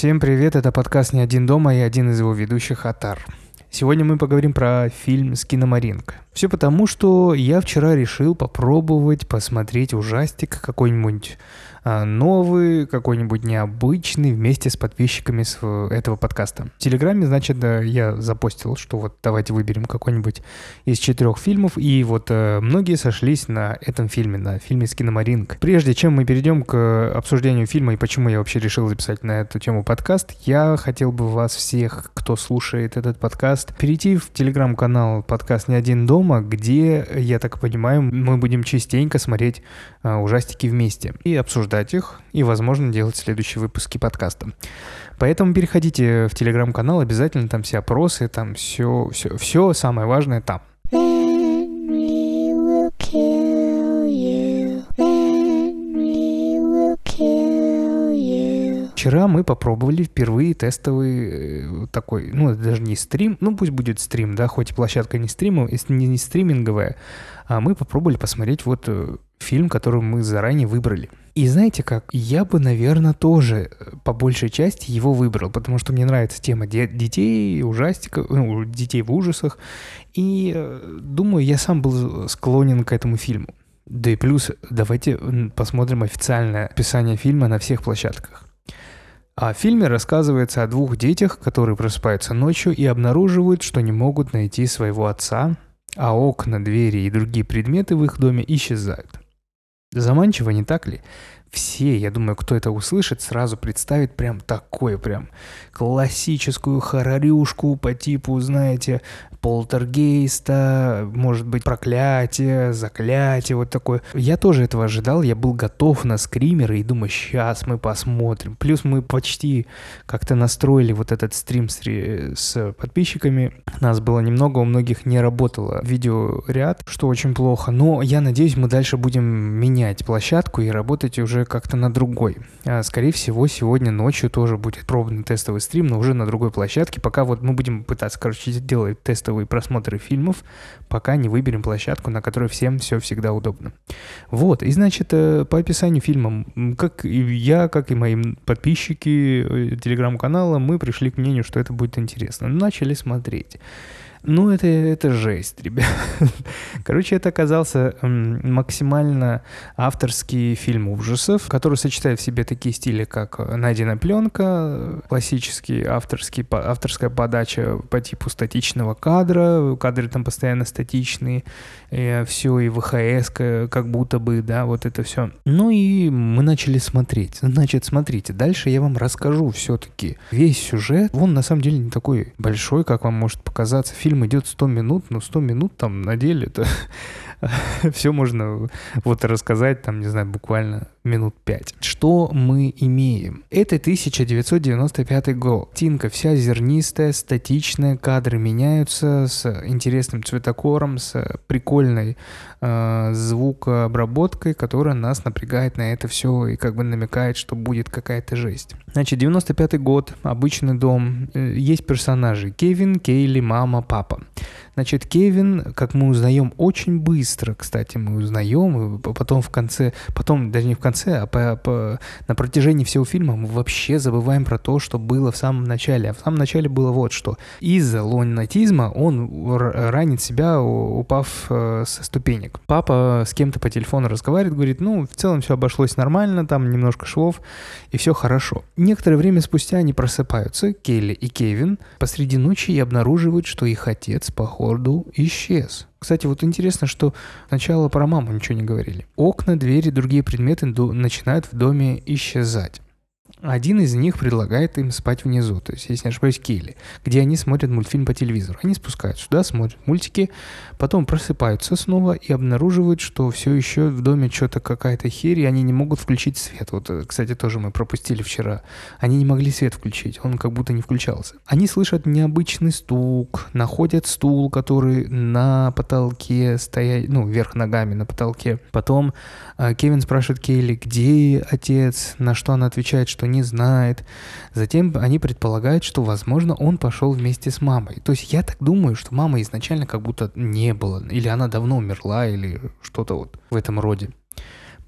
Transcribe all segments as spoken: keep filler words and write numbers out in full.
Всем привет, это подкаст «Не один дома» и один из его ведущих Атар. Сегодня мы поговорим про фильм «Скиномаринк». Все потому, что я вчера решил попробовать посмотреть ужастик какой-нибудь а, новый, какой-нибудь необычный вместе с подписчиками с этого подкаста. В Телеграме, значит, да, я запостил, что вот давайте выберем какой-нибудь из четырех фильмов, и вот а, многие сошлись на этом фильме, на фильме «Скиномаринк». Прежде чем мы перейдем к обсуждению фильма и почему я вообще решил записать на эту тему подкаст, я хотел бы вас всех, кто слушает этот подкаст, перейти в телеграм-канал подкаст «Не один дома», где, я так понимаю, мы будем частенько смотреть а, ужастики вместе и обсуждать их, и, возможно, делать следующие выпуски подкаста. Поэтому переходите в телеграм-канал, обязательно там все опросы, там все, все, все самое важное там. Вчера мы попробовали впервые тестовый такой, ну, это даже не стрим, ну, пусть будет стрим, да, хоть и площадка не стримов, не, не стриминговая, а мы попробовали посмотреть вот фильм, который мы заранее выбрали. И знаете как, я бы, наверное, тоже по большей части его выбрал, потому что мне нравится тема де- детей, ужастиков, ну, детей в ужасах, и думаю, я сам был склонен к этому фильму. Да и плюс, давайте посмотрим официальное описание фильма на всех площадках. А в фильме рассказывается о двух детях, которые просыпаются ночью и обнаруживают, что не могут найти своего отца, а окна, двери и другие предметы в их доме исчезают. Заманчиво, не так ли? Все, я думаю, кто это услышит, сразу представит прям такое, прям классическую хоррорюшку по типу, знаете, полтергейста, может быть, проклятие, заклятие, вот такое. Я тоже этого ожидал, я был готов на скримеры и думаю, сейчас мы посмотрим. Плюс мы почти как-то настроили вот этот стрим с, с подписчиками. Нас было немного, у многих не работало видеоряд, что очень плохо. Но я надеюсь, мы дальше будем менять площадку и работать уже как-то на другой. А, скорее всего, сегодня ночью тоже будет пробный тестовый стрим, но уже на другой площадке. Пока вот мы будем пытаться, короче, делать тестовые просмотры фильмов, пока не выберем площадку, на которой всем все всегда удобно. Вот, и значит, по описанию фильма, как и я, как и мои подписчики телеграм-канала, мы пришли к мнению, что это будет интересно. Начали смотреть. Ну, это, это жесть, ребят. Короче, это оказался м, максимально авторский фильм ужасов, который сочетает в себе такие стили, как найденная пленка, классический авторский, авторская подача по типу статичного кадра, кадры там постоянно статичные, и все, и ВХС, как будто бы, да, вот это все. Ну и мы начали смотреть. Значит, смотрите, дальше я вам расскажу все-таки весь сюжет. Он на самом деле не такой большой, как вам может показаться. Фильм Фильм идет сто минут, но сто минут там на деле это все можно вот рассказать, там, не знаю, буквально минут пять. Что мы имеем? Это тысяча девятьсот девяносто пятый год. Картинка вся зернистая, статичная, кадры меняются с интересным цветокором, с прикольной э, звукообработкой, которая нас напрягает на это все и как бы намекает, что будет какая-то жесть. Значит, девяносто пятый год, обычный дом, э, есть персонажи: Кевин, Кейли, мама, папа. Значит, Кевин, как мы узнаем очень быстро, кстати, мы узнаем, и потом в конце, потом даже не в конце, а по, по, на протяжении всего фильма мы вообще забываем про то, что было в самом начале. А в самом начале было вот что. Из-за лунатизма он ранит себя, упав э, со ступенек. Папа с кем-то по телефону разговаривает, говорит, ну, в целом все обошлось нормально, там немножко швов, и все хорошо. Некоторое время спустя они просыпаются, Кейли и Кевин, посреди ночи и обнаруживают, что их отец, походу, исчез. Кстати, вот интересно, что сначала про маму ничего не говорили. Окна, двери, другие предметы начинают в доме исчезать. Один из них предлагает им спать внизу, то есть, если не ошибаюсь, Кейли, где они смотрят мультфильм по телевизору. Они спускаются сюда, смотрят мультики, потом просыпаются снова и обнаруживают, что все еще в доме что-то какая-то херь, и они не могут включить свет. Вот, кстати, тоже мы пропустили вчера. Они не могли свет включить, он как будто не включался. Они слышат необычный стук, находят стул, который на потолке стоит, ну, вверх ногами на потолке. Потом э, Кевин спрашивает Кейли, где отец, на что она отвечает, что не знает. Затем они предполагают, что, возможно, он пошел вместе с мамой. То есть я так думаю, что мамы изначально как будто не было, или она давно умерла, или что-то вот в этом роде.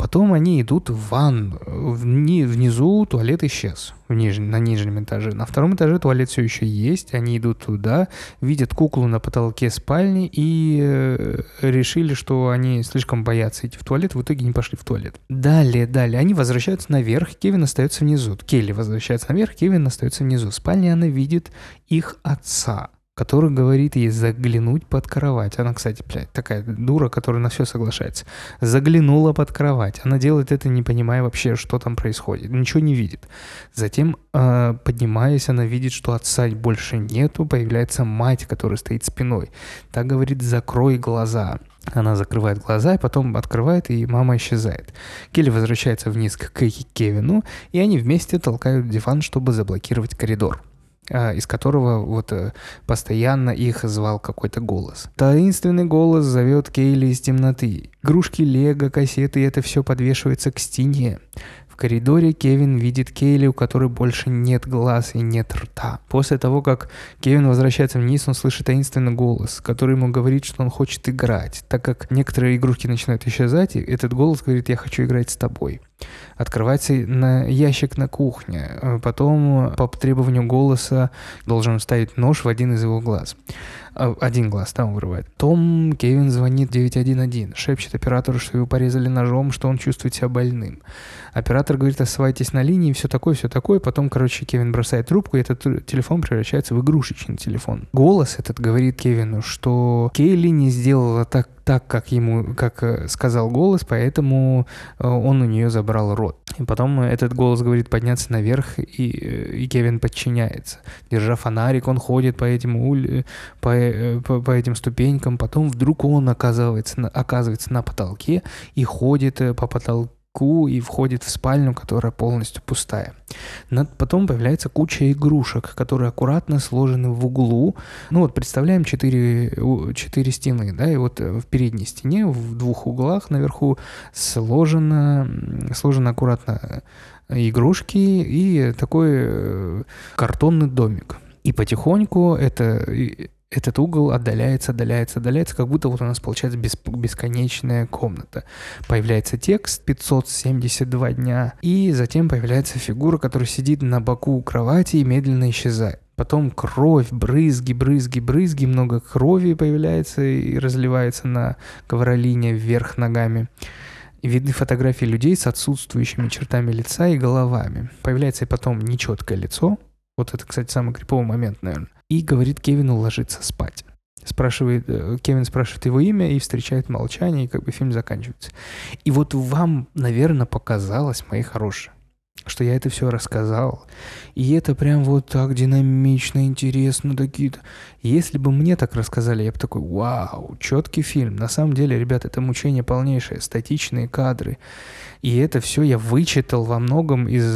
Потом они идут в ванну. Вни- внизу туалет исчез. В ниж- на нижнем этаже. На втором этаже туалет все еще есть. Они идут туда, видят куклу на потолке спальни и э, решили, что они слишком боятся идти в туалет. В итоге не пошли в туалет. Далее, далее. Они возвращаются наверх. Кевин остается внизу. Келли возвращается наверх. Кевин остается внизу. В спальне она видит их отца, который говорит ей заглянуть под кровать. Она, кстати, блядь, такая дура, которая на все соглашается. Заглянула под кровать. Она делает это, не понимая вообще, что там происходит. Ничего не видит. Затем, э, поднимаясь, она видит, что отца больше нету. Появляется мать, которая стоит спиной. Та говорит: закрой глаза. Она закрывает глаза, и потом открывает, и мама исчезает. Келли возвращается вниз к Кевину, и они вместе толкают диван, чтобы заблокировать коридор, из которого вот постоянно их звал какой-то голос. Таинственный голос зовет Кейли из темноты. Игрушки, лего, кассеты, и это все подвешивается к стене. В коридоре Кевин видит Кейли, у которой больше нет глаз и нет рта. После того, как Кевин возвращается вниз, он слышит таинственный голос, который ему говорит, что он хочет играть. Так как некоторые игрушки начинают исчезать, этот голос говорит: я хочу играть с тобой. Открывается на ящик на кухне. Потом по требованию голоса должен вставить нож в один из его глаз. Один глаз там вырывает. Том Кевин звонит девять один один, шепчет оператору, что его порезали ножом, что он чувствует себя больным. Оператор говорит: оставайтесь на линии, все такое, все такое. Потом, короче, Кевин бросает трубку, и этот телефон превращается в игрушечный телефон. Голос этот говорит Кевину, что Кейли не сделала так, так, как ему, как сказал голос, поэтому он у нее забрал рот. И потом этот голос говорит подняться наверх, и, и Кевин подчиняется. Держа фонарик, он ходит по этим, уль... по, по, по этим ступенькам, потом вдруг он оказывается на, оказывается на потолке и ходит по потолку и входит в спальню, которая полностью пустая. Над, потом появляется куча игрушек, которые аккуратно сложены в углу. Ну вот представляем четыре, четыре стены, да, и вот в передней стене, в двух углах наверху сложено, сложено аккуратно игрушки и такой картонный домик. И потихоньку это... этот угол отдаляется, отдаляется, отдаляется, как будто вот у нас получается бес, бесконечная комната. Появляется текст пятьсот семьдесят два дня, и затем появляется фигура, которая сидит на боку кровати и медленно исчезает. Потом кровь, брызги, брызги, брызги, много крови появляется и разливается на ковролине вверх ногами. И видны фотографии людей с отсутствующими чертами лица и головами. Появляется и потом нечеткое лицо. Вот это, кстати, самый криповый момент, наверное. И говорит Кевину ложиться спать. Спрашивает, Кевин спрашивает его имя и встречает молчание, и как бы фильм заканчивается. И вот вам, наверное, показалось, мои хорошие, что я это все рассказал. И это прям вот так динамично, интересно, такие-то. Если бы мне так рассказали, я бы такой: вау, четкий фильм. На самом деле, ребята, это мучение полнейшее, статичные кадры. И это все я вычитал во многом из...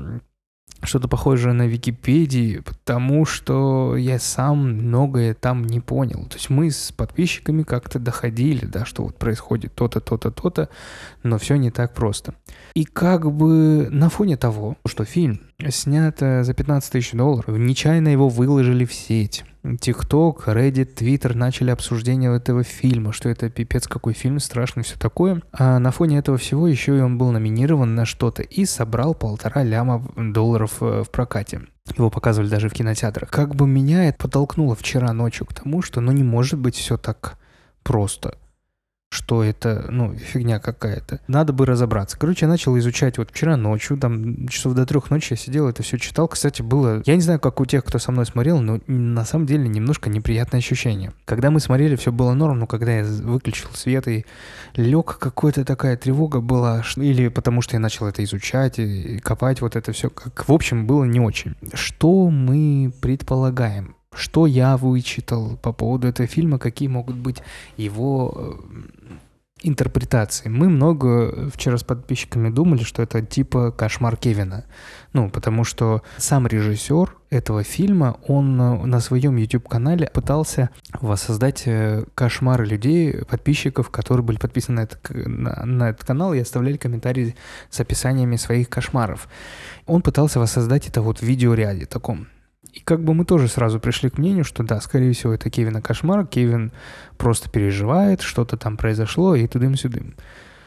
что-то похожее на Википедии, потому что я сам многое там не понял. То есть мы с подписчиками как-то доходили, да, что вот происходит то-то, то-то, то-то, но все не так просто. И как бы на фоне того, что фильм снят за пятнадцать тысяч долларов, нечаянно его выложили в сеть. ТикТок, Reddit, Twitter начали обсуждение этого фильма, что это пипец какой фильм, страшный, все такое. А на фоне этого всего еще и он был номинирован на что-то и собрал полтора ляма долларов в прокате. Его показывали даже в кинотеатрах. Как бы меня это подтолкнуло вчера ночью к тому, что ну не может быть все так просто, что это, ну, фигня какая-то. Надо бы разобраться. Короче, я начал изучать вот вчера ночью, там часов до трех ночи я сидел, это все читал. Кстати, было, я не знаю, как у тех, кто со мной смотрел, но на самом деле немножко неприятное ощущение. Когда мы смотрели, все было норм, но когда я выключил свет и лег, какая-то такая тревога была, или потому что я начал это изучать и копать вот это все, как, в общем, было не очень. Что мы предполагаем? Что я вычитал по поводу этого фильма, какие могут быть его интерпретации. Мы много вчера с подписчиками думали, что это типа «Кошмар Кевина». Ну, потому что сам режиссер этого фильма, он на своем YouTube-канале пытался воссоздать кошмары людей, подписчиков, которые были подписаны на этот, на, на этот канал и оставляли комментарии с описаниями своих кошмаров. Он пытался воссоздать это вот в видеоряде таком. И как бы мы тоже сразу пришли к мнению, что да, скорее всего, это Кевина кошмар, Кевин просто переживает, что-то там произошло, и тудым-сюдым.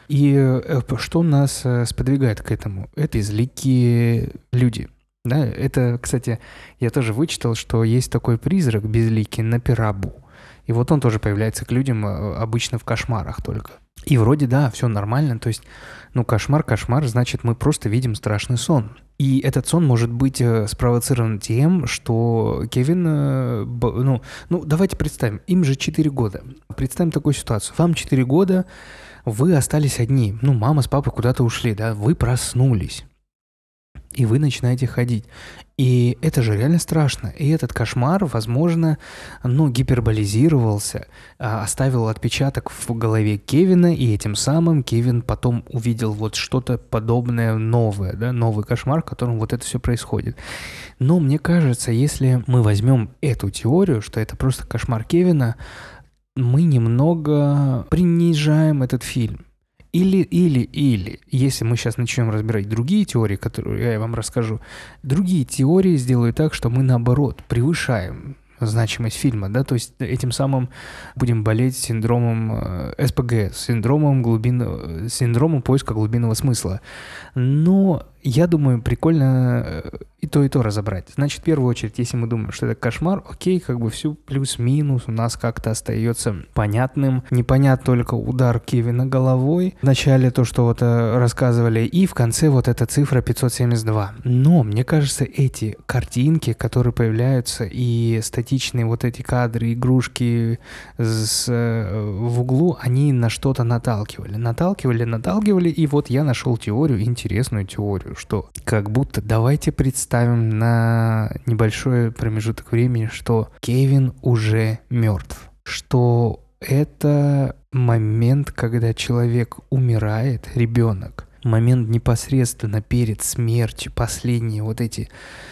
И э, что нас э, сподвигает к этому? Это безликие люди. Да? Это, кстати, я тоже вычитал, что есть такой призрак безликий Наперабу. И вот он тоже появляется к людям обычно в кошмарах только. И вроде, да, все нормально. То есть, ну, кошмар, кошмар, значит, мы просто видим страшный сон. И этот сон может быть спровоцирован тем, что Кевин, ну, ну, давайте представим, им же четыре года. Представим такую ситуацию. Вам четыре года, вы остались одни. Ну, мама с папой куда-то ушли, да, вы проснулись. И вы начинаете ходить. И это же реально страшно. И этот кошмар, возможно, ну, гиперболизировался, оставил отпечаток в голове Кевина, и этим самым Кевин потом увидел вот что-то подобное новое, да, новый кошмар, в котором вот это все происходит. Но мне кажется, если мы возьмем эту теорию, что это просто кошмар Кевина, мы немного принижаем этот фильм. Или, или, или, если мы сейчас начнем разбирать другие теории, которые я вам расскажу, другие теории сделают так, что мы, наоборот, превышаем значимость фильма, да, то есть этим самым будем болеть синдромом эс пэ гэ эс, синдромом, глубин... синдромом поиска глубинного смысла. Но я думаю, прикольно и то, и то разобрать. Значит, в первую очередь, если мы думаем, что это кошмар, окей, как бы все плюс-минус у нас как-то остается понятным. Непонят только удар Кевина головой. В начале то, что вот рассказывали, и в конце вот эта цифра пятьсот семьдесят два. Но, мне кажется, эти картинки, которые появляются, и статичные вот эти кадры, игрушки с, в углу, они на что-то наталкивали. Наталкивали, наталкивали, и вот я нашел теорию, интересную теорию, что как будто давайте представим на небольшой промежуток времени, что Кевин уже мертв, что это момент, когда человек умирает, ребенок, момент непосредственно перед смертью, последние вот эти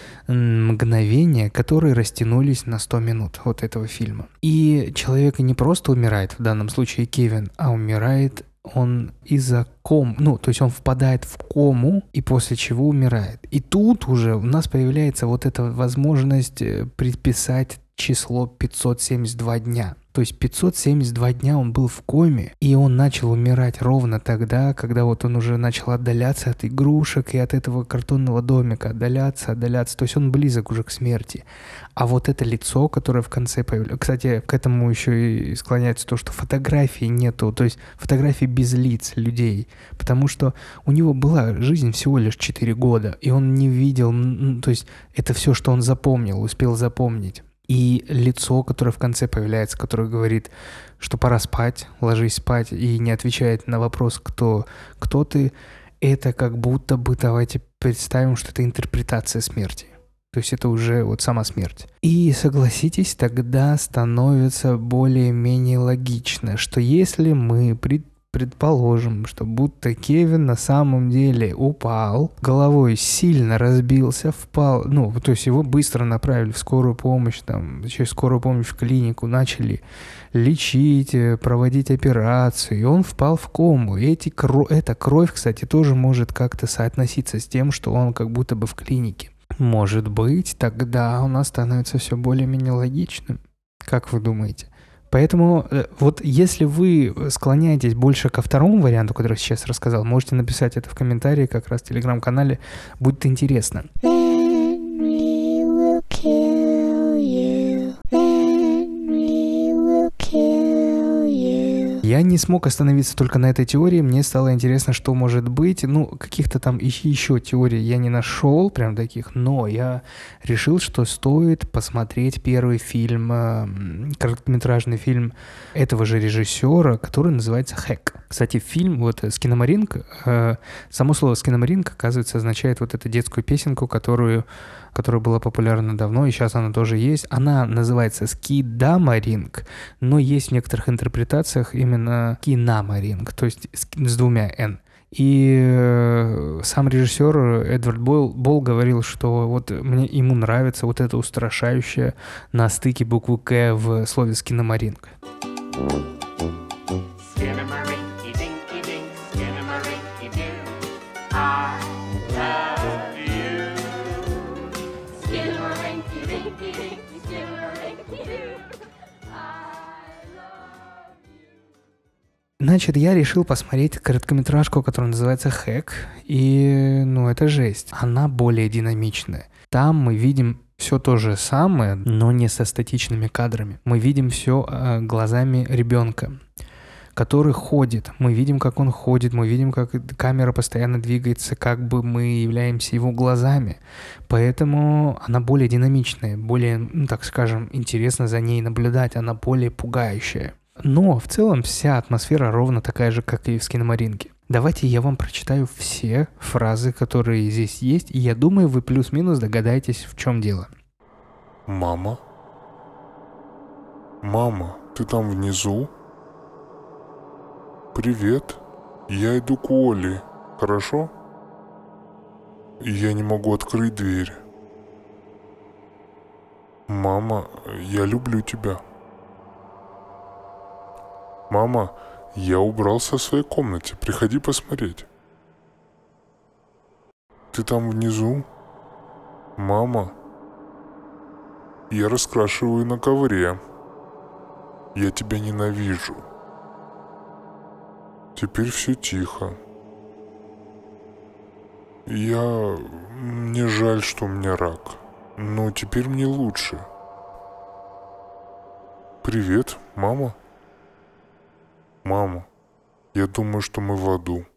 мгновения, которые растянулись на сто минут вот этого фильма. И человек не просто умирает, в данном случае Кевин, а умирает он из-за ком, ну, то есть он впадает в кому и после чего умирает. И тут уже у нас появляется вот эта возможность предписать число пятьсот семьдесят два дня. То есть пятьсот семьдесят два дня он был в коме, и он начал умирать ровно тогда, когда вот он уже начал отдаляться от игрушек и от этого картонного домика, отдаляться, отдаляться. То есть он близок уже к смерти. А вот это лицо, которое в конце появляется... Кстати, к этому еще и склоняется то, что фотографий нету, то есть фотографий без лиц людей, потому что у него была жизнь всего лишь четыре года, и он не видел, то есть это все, что он запомнил, успел запомнить. И лицо, которое в конце появляется, которое говорит, что пора спать, ложись спать, и не отвечает на вопрос, кто, кто ты, это как будто бы, давайте представим, что это интерпретация смерти. То есть это уже вот сама смерть. И согласитесь, тогда становится более-менее логично, что если мы предположим, Предположим, что будто Кевин на самом деле упал, головой сильно разбился, впал, ну, то есть его быстро направили в скорую помощь, там, через скорую помощь в клинику, начали лечить, проводить операцию, и он впал в кому. И эти, эта кровь, кстати, тоже может как-то соотноситься с тем, что он как будто бы в клинике. Может быть, тогда у нас становится все более-менее логичным. Как вы думаете? Поэтому вот если вы склоняетесь больше ко второму варианту, который я сейчас рассказал, можете написать это в комментарии как раз в телеграм-канале, будет интересно. Я не смог остановиться только на этой теории, мне стало интересно, что может быть. Ну, каких-то там еще теорий я не нашел, прям таких, но я решил, что стоит посмотреть первый фильм, короткометражный фильм этого же режиссера, который называется «Хэк». Кстати, фильм вот «Скиномаринк», само слово «Скиномаринк», оказывается, означает вот эту детскую песенку, которую... которая была популярна давно, и сейчас она тоже есть. Она называется «Скидамаринг», но есть в некоторых интерпретациях именно «Кинамаринг», то есть с двумя «н». И э, сам режиссер Эдвард Бойл, Бол говорил, что вот мне, ему нравится вот это устрашающее на стыке буквы «К» в слове «Скиномаринг». Значит, я решил посмотреть короткометражку, которая называется «Хэк». И, ну, это жесть. Она более динамичная. Там мы видим все то же самое, но не со статичными кадрами. Мы видим все э, глазами ребенка, который ходит. Мы видим, как он ходит, мы видим, как камера постоянно двигается, как бы мы являемся его глазами. Поэтому она более динамичная, более, ну, так скажем, интересно за ней наблюдать, она более пугающая. Но в целом вся атмосфера ровно такая же, как и в «Скиномаринке». Давайте я вам прочитаю все фразы, которые здесь есть, и я думаю, вы плюс-минус догадаетесь, в чем дело. Мама? Мама, ты там внизу? Привет, я иду к Оле, хорошо? Я не могу открыть дверь. Мама, я люблю тебя. Мама, я убрался в своей комнате, приходи посмотреть. Ты там внизу? Мама, я раскрашиваю на ковре. Я тебя ненавижу. Теперь все тихо. Я... Мне жаль, что у меня рак. Но теперь мне лучше. Привет, мама. Мама, я думаю, что мы в аду.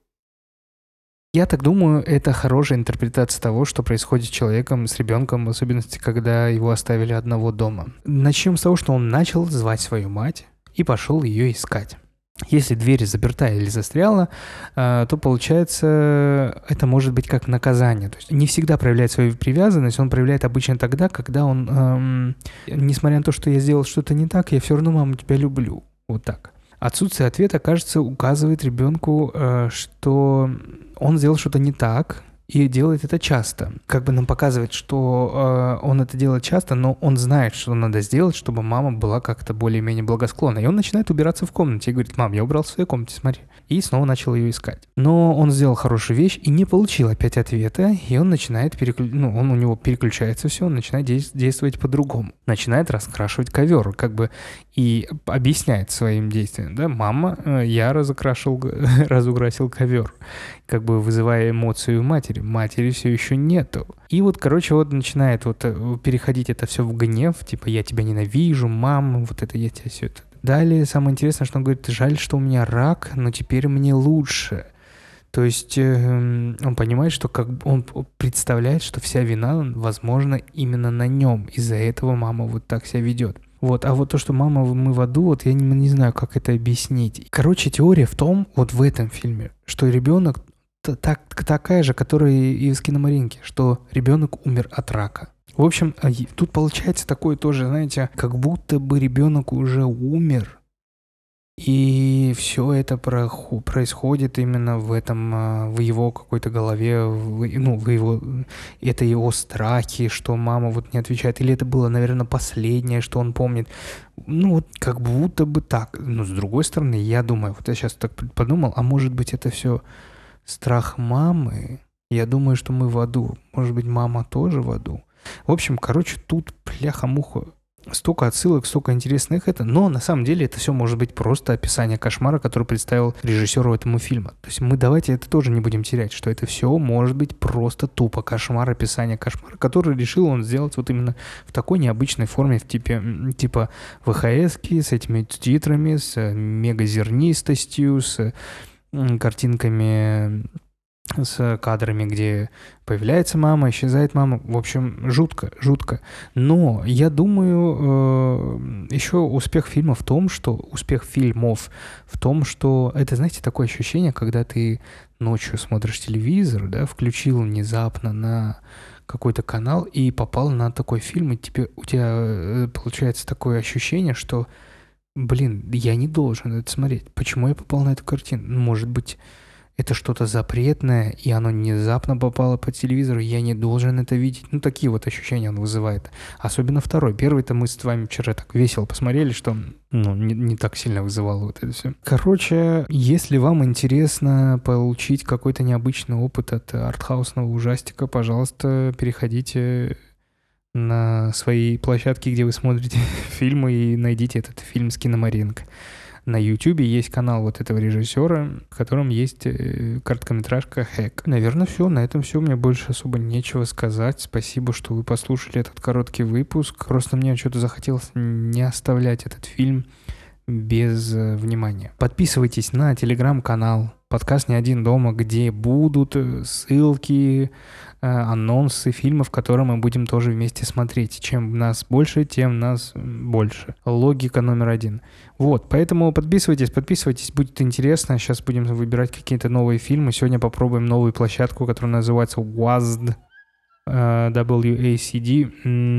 Я так думаю, это хорошая интерпретация того, что происходит с человеком, с ребенком, в особенности, когда его оставили одного дома. Начнем с того, что он начал звать свою мать и пошел ее искать. Если дверь заперта или застряла, то, получается, это может быть как наказание. То есть не всегда проявляет свою привязанность, он проявляет обычно тогда, когда он, эм, несмотря на то, что я сделал что-то не так, я все равно, мама, тебя люблю. Вот так. Отсутствие ответа, кажется, указывает ребенку, э, что он сделал что-то не так и делает это часто. Как бы нам показывает, что э, он это делает часто, но он знает, что надо сделать, чтобы мама была как-то более-менее благосклонна. И он начинает убираться в комнате и говорит: мам, я убрал в своей комнате, смотри. И снова начал ее искать. Но он сделал хорошую вещь и не получил опять ответа, и он начинает переключ... ну, он у него переключается все, он начинает действ- действовать по-другому. Начинает раскрашивать ковер, как бы, и объясняет своим действием, да, мама, я разукрашил, разукрасил ковер, как бы вызывая эмоцию матери. Матери все еще нету. И вот, короче, вот начинает вот переходить это все в гнев, типа, я тебя ненавижу, мама, вот это я тебя все это. Далее, самое интересное, что он говорит: жаль, что у меня рак, но теперь мне лучше. То есть э, он понимает, что как он представляет, что вся вина, возможно, именно на нем. Из-за этого мама вот так себя ведет. Вот, а вот то, что мама, мы в аду, вот я не, не знаю, как это объяснить. Короче, теория в том, вот в этом фильме, что ребенок так, такая же, которая и в «Скиномаринке», что ребенок умер от рака. В общем, тут получается такое тоже, знаете, как будто бы ребенок уже умер, и все это происходит именно в этом, в его какой-то голове, в, ну, в его, это его страхи, что мама вот не отвечает, или это было, наверное, последнее, что он помнит. Ну, вот как будто бы так. Но с другой стороны, я думаю, вот я сейчас так подумал, а может быть это все страх мамы? Я думаю, что мы в аду. Может быть, мама тоже в аду. В общем, короче, тут пляха-муха. Столько отсылок, столько интересных это. Но на самом деле это все может быть просто описание кошмара, который представил режиссеру этому фильма. То есть мы давайте это тоже не будем терять, что это все может быть просто тупо кошмар, описание кошмара, который решил он сделать вот именно в такой необычной форме, в типе, типа ВХС-ки, с этими титрами, с мегазернистостью, с картинками, с кадрами, где появляется мама, исчезает мама. В общем, жутко, жутко. Но я думаю, э, еще успех фильма в том, что... Успех фильмов в том, что... Это, знаете, такое ощущение, когда ты ночью смотришь телевизор, да, включил внезапно на какой-то канал и попал на такой фильм, и тебе, у тебя получается такое ощущение, что, блин, я не должен это смотреть. Почему я попал на эту картину? Может быть... это что-то запретное, и оно внезапно попало по телевизору, я не должен это видеть. Ну, такие вот ощущения он вызывает. Особенно второй. Первый-то мы с вами вчера так весело посмотрели, что ну, не, не так сильно вызывало вот это все. Короче, если вам интересно получить какой-то необычный опыт от артхаусного ужастика, пожалуйста, переходите на свои площадки, где вы смотрите фильмы, и найдите этот фильм «Скиномаринка». На YouTube есть канал вот этого режиссера, в котором есть короткометражка «Хэк». Наверное, все. На этом все. Мне больше особо нечего сказать. Спасибо, что вы послушали этот короткий выпуск. Просто мне что-то захотелось не оставлять этот фильм без внимания. Подписывайтесь на телеграм-канал «Подкаст не один дома», где будут ссылки, анонсы фильмов, которые мы будем тоже вместе смотреть. Чем нас больше, тем нас больше. Логика номер один. Вот, поэтому подписывайтесь, подписывайтесь, будет интересно. Сейчас будем выбирать какие-то новые фильмы. Сегодня попробуем новую площадку, которая называется вазд. дабл ю эй си ди,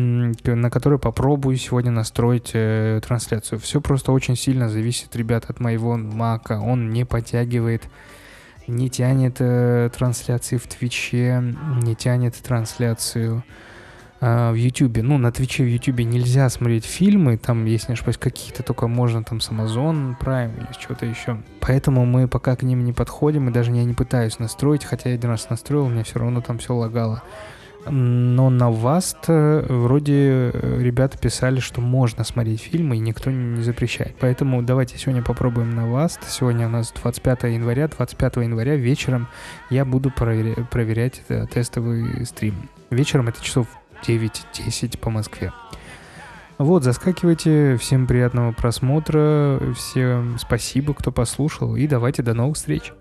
на которой попробую сегодня настроить э, трансляцию. Все просто очень сильно зависит, ребят, от моего мака. Он не подтягивает, не тянет э, трансляции в Твиче, не тянет трансляцию э, в Ютубе. Ну, на Твиче, в Ютубе нельзя смотреть фильмы, там, если не ошибаюсь, какие-то только можно там с Amazon Prime или что-то еще. Поэтому мы пока к ним не подходим, и даже я не пытаюсь настроить, хотя я один раз настроил, у меня все равно там все лагало. Но на вазд вроде ребята писали, что можно смотреть фильмы, и никто не запрещает. Поэтому давайте сегодня попробуем на вазд. Сегодня у нас двадцать пятое января. двадцать пятого января вечером я буду проверя- проверять тестовый стрим. Вечером это часов девять-десять по Москве. Вот, заскакивайте. Всем приятного просмотра. Всем спасибо, кто послушал. И давайте до новых встреч.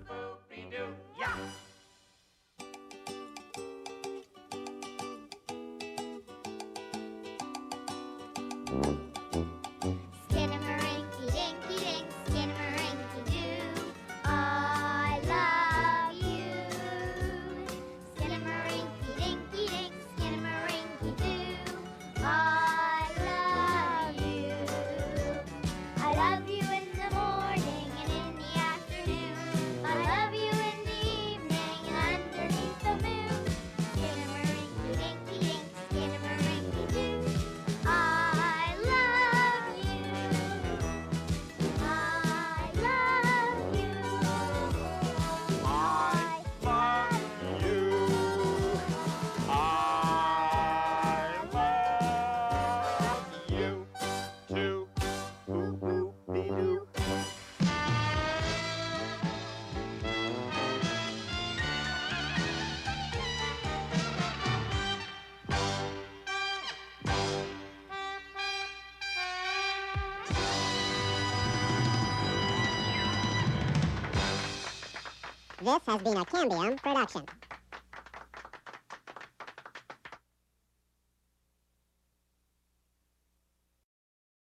This has been a Cambium production.